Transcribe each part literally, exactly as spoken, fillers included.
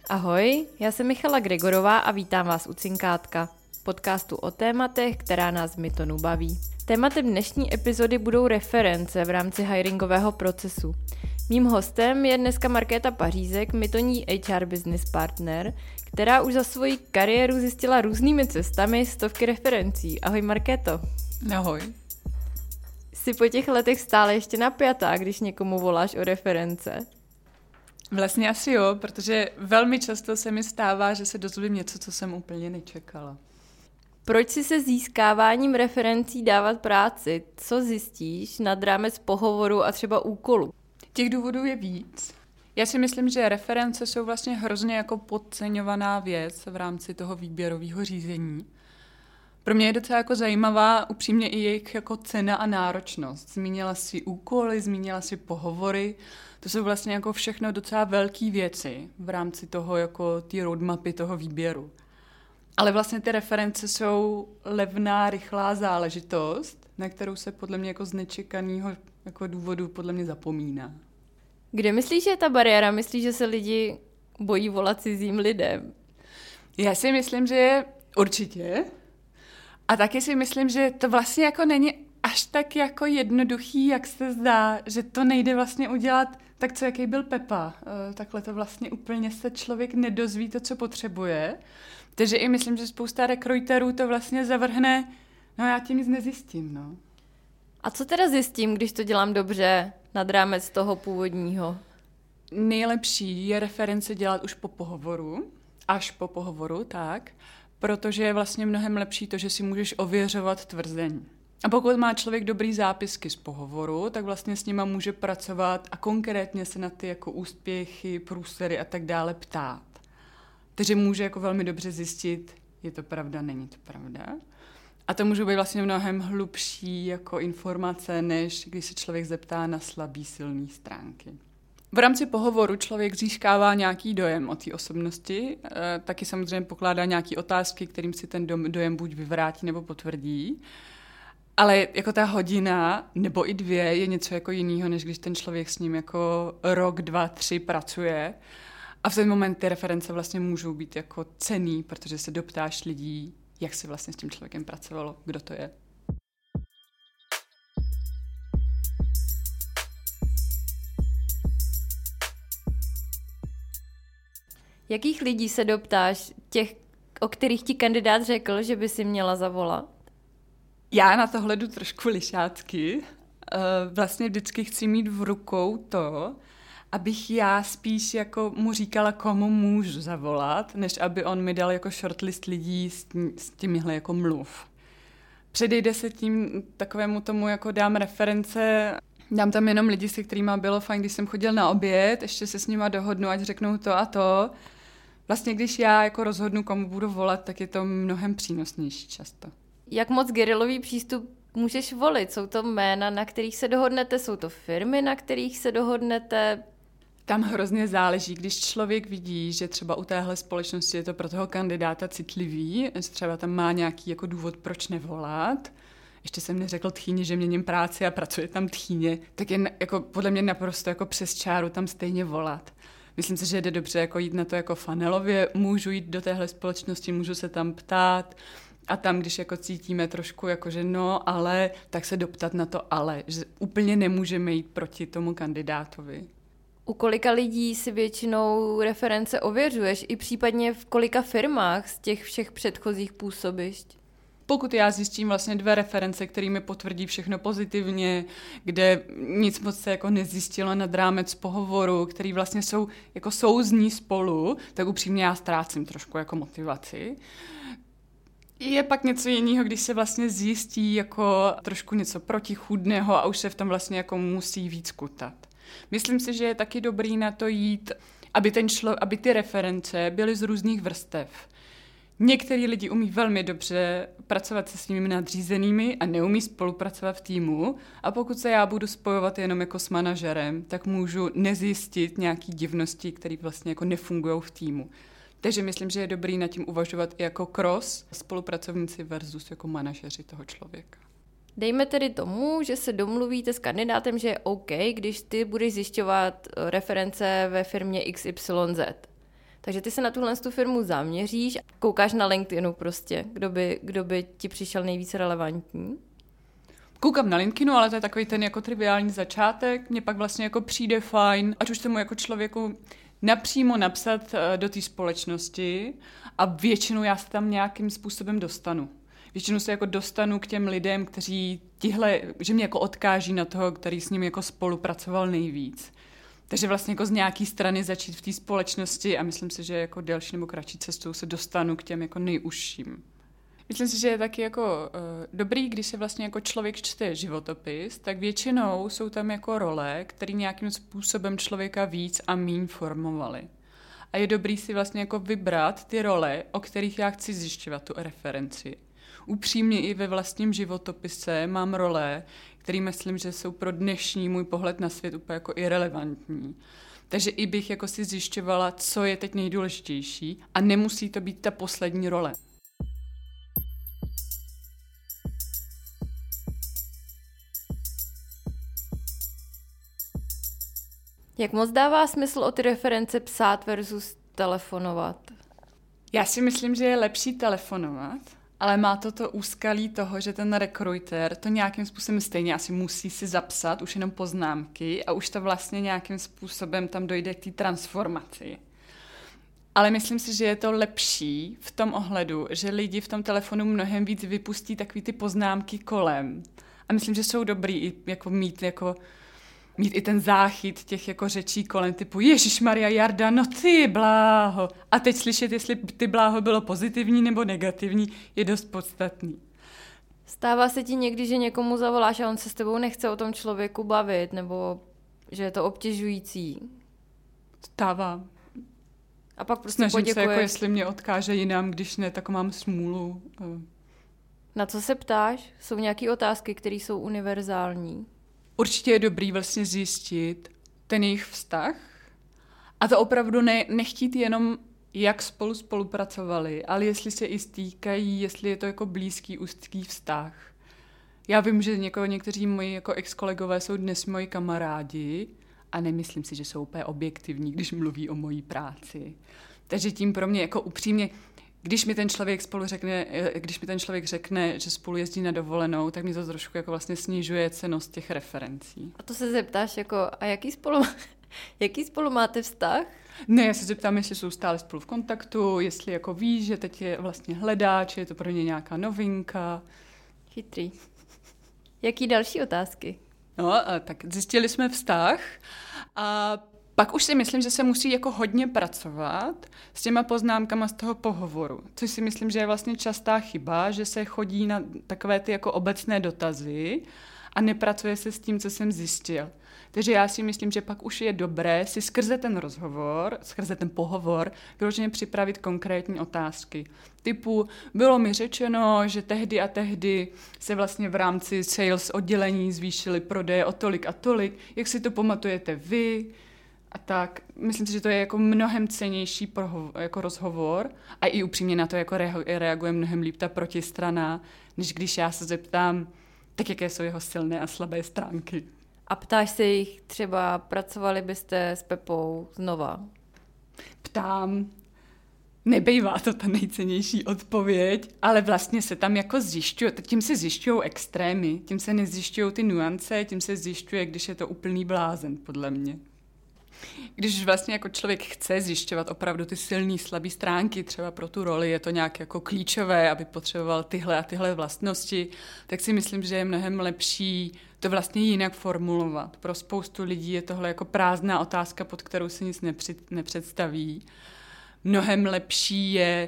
Ahoj, já jsem Michala Gregorová a vítám vás u Cinkátka, podcastu o tématech, která nás v Mytonu baví. Tématem dnešní epizody budou reference v rámci hiringového procesu. Mým hostem je dneska Markéta Pařízek, mytonní H R business partner, která už za svoji kariéru zjistila různými cestami stovky referencí. Ahoj Markéto. Ahoj. Jsi po těch letech stále ještě napjatá, když někomu voláš o reference? Vlastně asi jo, protože velmi často se mi stává, že se dozvím něco, co jsem úplně nečekala. Proč si se získáváním referencí dávat práci? Co zjistíš nad rámec pohovoru a třeba úkolu? Těch důvodů je víc. Já si myslím, že reference jsou vlastně hrozně jako podceňovaná věc v rámci toho výběrového řízení. Pro mě je docela jako zajímavá upřímně i jejich jako cena a náročnost. Zmínila si úkoly, zmínila si pohovory. To jsou vlastně jako všechno docela velké věci v rámci toho jako ty roadmapy toho výběru. Ale vlastně ty reference jsou levná, rychlá záležitost, na kterou se podle mě jako z nečekaného jako důvodu podle mě zapomíná. Kde myslíš, že je ta bariéra? Myslíš, že se lidi bojí volat cizím lidem? Já si myslím, že je určitě. A taky si myslím, že to vlastně jako není až tak jako jednoduchý, jak se zdá, že to nejde vlastně udělat tak, co jaký byl Pepa. Takhle to vlastně úplně se člověk nedozví to, co potřebuje. Takže i myslím, že spousta rekruterů to vlastně zavrhne, no já tím nic nezjistím, no. A co teda zjistím, když to dělám dobře nad rámec toho původního? Nejlepší je reference dělat už po pohovoru, až po pohovoru, tak, protože je vlastně mnohem lepší to, že si můžeš ověřovat tvrzení. A pokud má člověk dobrý zápisky z pohovoru, tak vlastně s nima může pracovat a konkrétně se na ty jako úspěchy, průsery a tak dále ptát. Takže může jako velmi dobře zjistit, je to pravda, není to pravda. A to může být vlastně mnohem hlubší jako informace, než když se člověk zeptá na slabý, silný stránky. V rámci pohovoru člověk získává nějaký dojem o té osobnosti, e, taky samozřejmě pokládá nějaké otázky, kterým si ten dojem buď vyvrátí nebo potvrdí. Ale jako ta hodina nebo i dvě je něco jako jiného, než když ten člověk s ním jako rok, dva, tři pracuje. A v ten moment ty reference vlastně můžou být jako cenný, protože se doptáš lidí, jak se vlastně s tím člověkem pracovalo, kdo to je. Jakých lidí se doptáš, těch, o kterých ti kandidát řekl, že by si měla zavolat? Já na to hledu trošku lišácky. Vlastně vždycky chci mít v rukou to, abych já spíš jako mu říkala, komu můžu zavolat, než aby on mi dal jako shortlist lidí s, tím, s těmihle jako mluv. Předejde se tím takovému tomu, jako dám reference, dám tam jenom lidi, se kterými bylo fajn, když jsem chodil na oběd, ještě se s nima dohodnu, ať řeknou to a to. Vlastně když já jako rozhodnu, komu budu volat, tak je to mnohem přínosnější často. Jak moc guerilový přístup můžeš volit? Jsou to jména, na kterých se dohodnete? Jsou to firmy, na kterých se dohodnete? Tam hrozně záleží, když člověk vidí, že třeba u téhle společnosti je to pro toho kandidáta citlivý, že třeba tam má nějaký jako důvod, proč nevolat. Ještě jsem neřekl tchýně, že měním práci a pracuje tam tchýně, tak je jako podle mě naprosto jako přes čáru tam stejně volat. Myslím si, že jde dobře jako jít na to jako funelově, můžu jít do téhle společnosti, můžu se tam ptát a tam, když jako cítíme trošku jako, že no, ale, tak se doptat na to ale, že úplně nemůžeme jít proti tomu kandidátovi. U kolika lidí si většinou reference ověřuješ i případně v kolika firmách z těch všech předchozích působišť? Pokud já zjistím vlastně dvě reference, které mi potvrdí všechno pozitivně, kde nic moc se jako nezjistilo nad rámec pohovoru, který vlastně jsou jako souzní spolu, tak upřímně já ztrácím trošku jako motivaci. Je pak něco jiného, když se vlastně zjistí jako trošku něco protichůdného a už se v tom vlastně jako musí víc kutat. Myslím si, že je taky dobrý na to jít, aby, ten člo, aby ty reference byly z různých vrstev. Některý lidi umí velmi dobře pracovat se svými nadřízenými a neumí spolupracovat v týmu a pokud se já budu spojovat jenom jako s manažerem, tak můžu nezjistit nějaký divnosti, které vlastně jako nefungují v týmu. Takže myslím, že je dobrý nad tím uvažovat i jako cross spolupracovníci versus jako manažeři toho člověka. Dejme tedy tomu, že se domluvíte s kandidátem, že je OK, když ty budeš zjišťovat reference ve firmě X Y Z. Takže ty se na tuhle tu firmu zaměříš, koukáš na LinkedInu prostě, kdo by, kdo by ti přišel nejvíc relevantní? Koukám na LinkedInu, ale to je takový ten jako triviální začátek. Mně pak vlastně jako přijde fajn, ať už tomu jako člověku napřímo napsat do té společnosti a většinou já se tam nějakým způsobem dostanu. Většinou se jako dostanu k těm lidem, kteří tihle, že mě jako odkáží na toho, který s ním jako spolupracoval nejvíc. Takže vlastně jako z nějaký strany začít v té společnosti a myslím si, že jako delší nebo kratší cestou se dostanu k těm jako nejužším. Myslím si, že je taky jako uh, dobrý, když se vlastně jako člověk čte životopis, tak většinou jsou tam jako role, které nějakým způsobem člověka víc a míň formovaly. A je dobrý si vlastně jako vybrat ty role, o kterých já chci zjišťovat tu referenci. Upřímně i ve vlastním životopise mám role, které myslím, že jsou pro dnešní můj pohled na svět úplně jako irelevantní. Takže i bych jako si zjišťovala, co je teď nejdůležitější a nemusí to být ta poslední role. Jak moc dává smysl o ty reference psát versus telefonovat? Já si myslím, že je lepší telefonovat, ale má to to úskalí toho, že ten rekruter to nějakým způsobem stejně asi musí si zapsat, už jenom poznámky a už to vlastně nějakým způsobem tam dojde k té transformaci. Ale myslím si, že je to lepší v tom ohledu, že lidi v tom telefonu mnohem víc vypustí takový ty poznámky kolem. A myslím, že jsou dobrý i jako mít jako mít i ten záchyt těch jako řečí kolem typu Ježišmarja, Jarda, no ty bláho. A teď slyšet, jestli ty bláho bylo pozitivní nebo negativní, je dost podstatný. Stává se ti někdy, že někomu zavoláš a on se s tebou nechce o tom člověku bavit, nebo že je to obtěžující? Stává. A pak prostě Snažím poděkuješ. se, jako jestli mě odkáže jinam, když ne, tak mám smůlu. Na co se ptáš? Jsou nějaké otázky, které jsou univerzální? Určitě je dobrý vlastně zjistit ten jejich vztah a to opravdu ne, nechtít jenom, jak spolu spolupracovali, ale jestli se i stýkají, jestli je to jako blízký, úzký vztah. Já vím, že něko, někteří moji jako ex-kolegové jsou dnes moji kamarádi a nemyslím si, že jsou úplně objektivní, když mluví o mojí práci. Takže tím pro mě jako upřímně, když mi ten člověk spolu řekne, když mi ten člověk řekne, že spolu jezdí na dovolenou, tak mi to trošku jako vlastně snižuje cennost těch referencí. A to se zeptáš jako, a jaký spolu, jaký spolu máte vztah? Ne, já se zeptám, jestli jsou stále spolu v kontaktu, jestli jako ví, že teď je vlastně hledáč, je to pro ně nějaká novinka. Chytrý. Jaký další otázky? No, tak zjistili jsme vztah a pak už si myslím, že se musí jako hodně pracovat s těma poznámkama z toho pohovoru, což si myslím, že je vlastně častá chyba, že se chodí na takové ty jako obecné dotazy a nepracuje se s tím, co jsem zjistil. Takže já si myslím, že pak už je dobré si skrze ten rozhovor, skrze ten pohovor, vyloženě připravit konkrétní otázky. Typu, bylo mi řečeno, že tehdy a tehdy se vlastně v rámci sales oddělení zvýšily prodeje o tolik a tolik. Jak si to pamatujete vy? A tak, myslím si, že to je jako mnohem cennější proho- jako rozhovor a i upřímně na to jako re- reaguje mnohem líp ta protistrana, než když já se zeptám, tak jaké jsou jeho silné a slabé stránky. A ptáš se jich třeba, pracovali byste s Pepou znova? Ptám, nebejvá to ta nejcennější odpověď, ale vlastně se tam jako zjišťuje, tím se zjišťují extrémy, tím se nezjišťují ty nuance, tím se zjišťuje, když je to úplný blázen, podle mě. Když vlastně jako člověk chce zjišťovat opravdu ty silné, slabé stránky, třeba pro tu roli je to nějak jako klíčové, aby potřeboval tyhle a tyhle vlastnosti, tak si myslím, že je mnohem lepší to vlastně jinak formulovat. Pro spoustu lidí je tohle jako prázdná otázka, pod kterou si nic nepřed, nepředstaví. Mnohem lepší je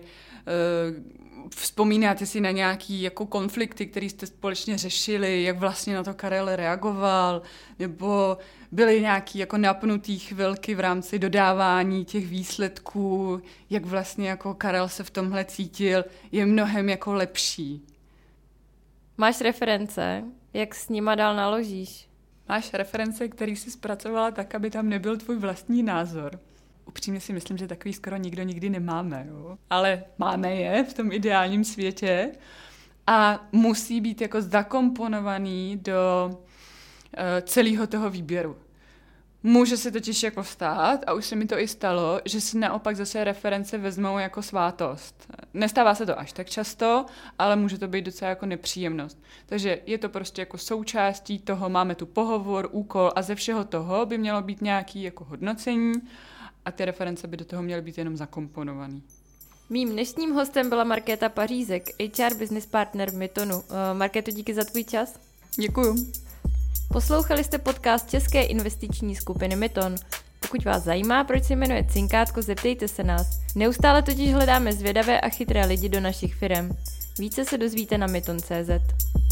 uh, vzpomínáte si na nějaký jako konflikty, které jste společně řešili, jak vlastně na to Karel reagoval, nebo byly nějaký jako napnutý chvilky v rámci dodávání těch výsledků, jak vlastně jako Karel se v tomhle cítil, je mnohem jako lepší. Máš reference, jak s nima dál naložíš? Máš reference, který jsi zpracovala tak, aby tam nebyl tvůj vlastní názor. Upřímně si myslím, že takový skoro nikdo nikdy nemáme, jo? Ale máme je v tom ideálním světě a musí být jako zakomponovaný do uh, celého toho výběru. Může se totiž jako stát, a už se mi to i stalo, že si naopak zase reference vezmou jako svátost. Nestává se to až tak často, ale může to být docela jako nepříjemnost. Takže je to prostě jako součástí toho, máme tu pohovor, úkol a ze všeho toho by mělo být nějaký jako hodnocení a ty reference by do toho měly být jenom zakomponovaný. Mým dnešním hostem byla Markéta Pařízek, H R business partner v Mytonu. Markéto, díky za tvůj čas. Děkuju. Poslouchali jste podcast české investiční skupiny Myton. Pokud vás zajímá, proč se jmenuje Cinkátko, zeptejte se nás. Neustále totiž hledáme zvědavé a chytré lidi do našich firem. Více se dozvíte na myton tečka cé zet.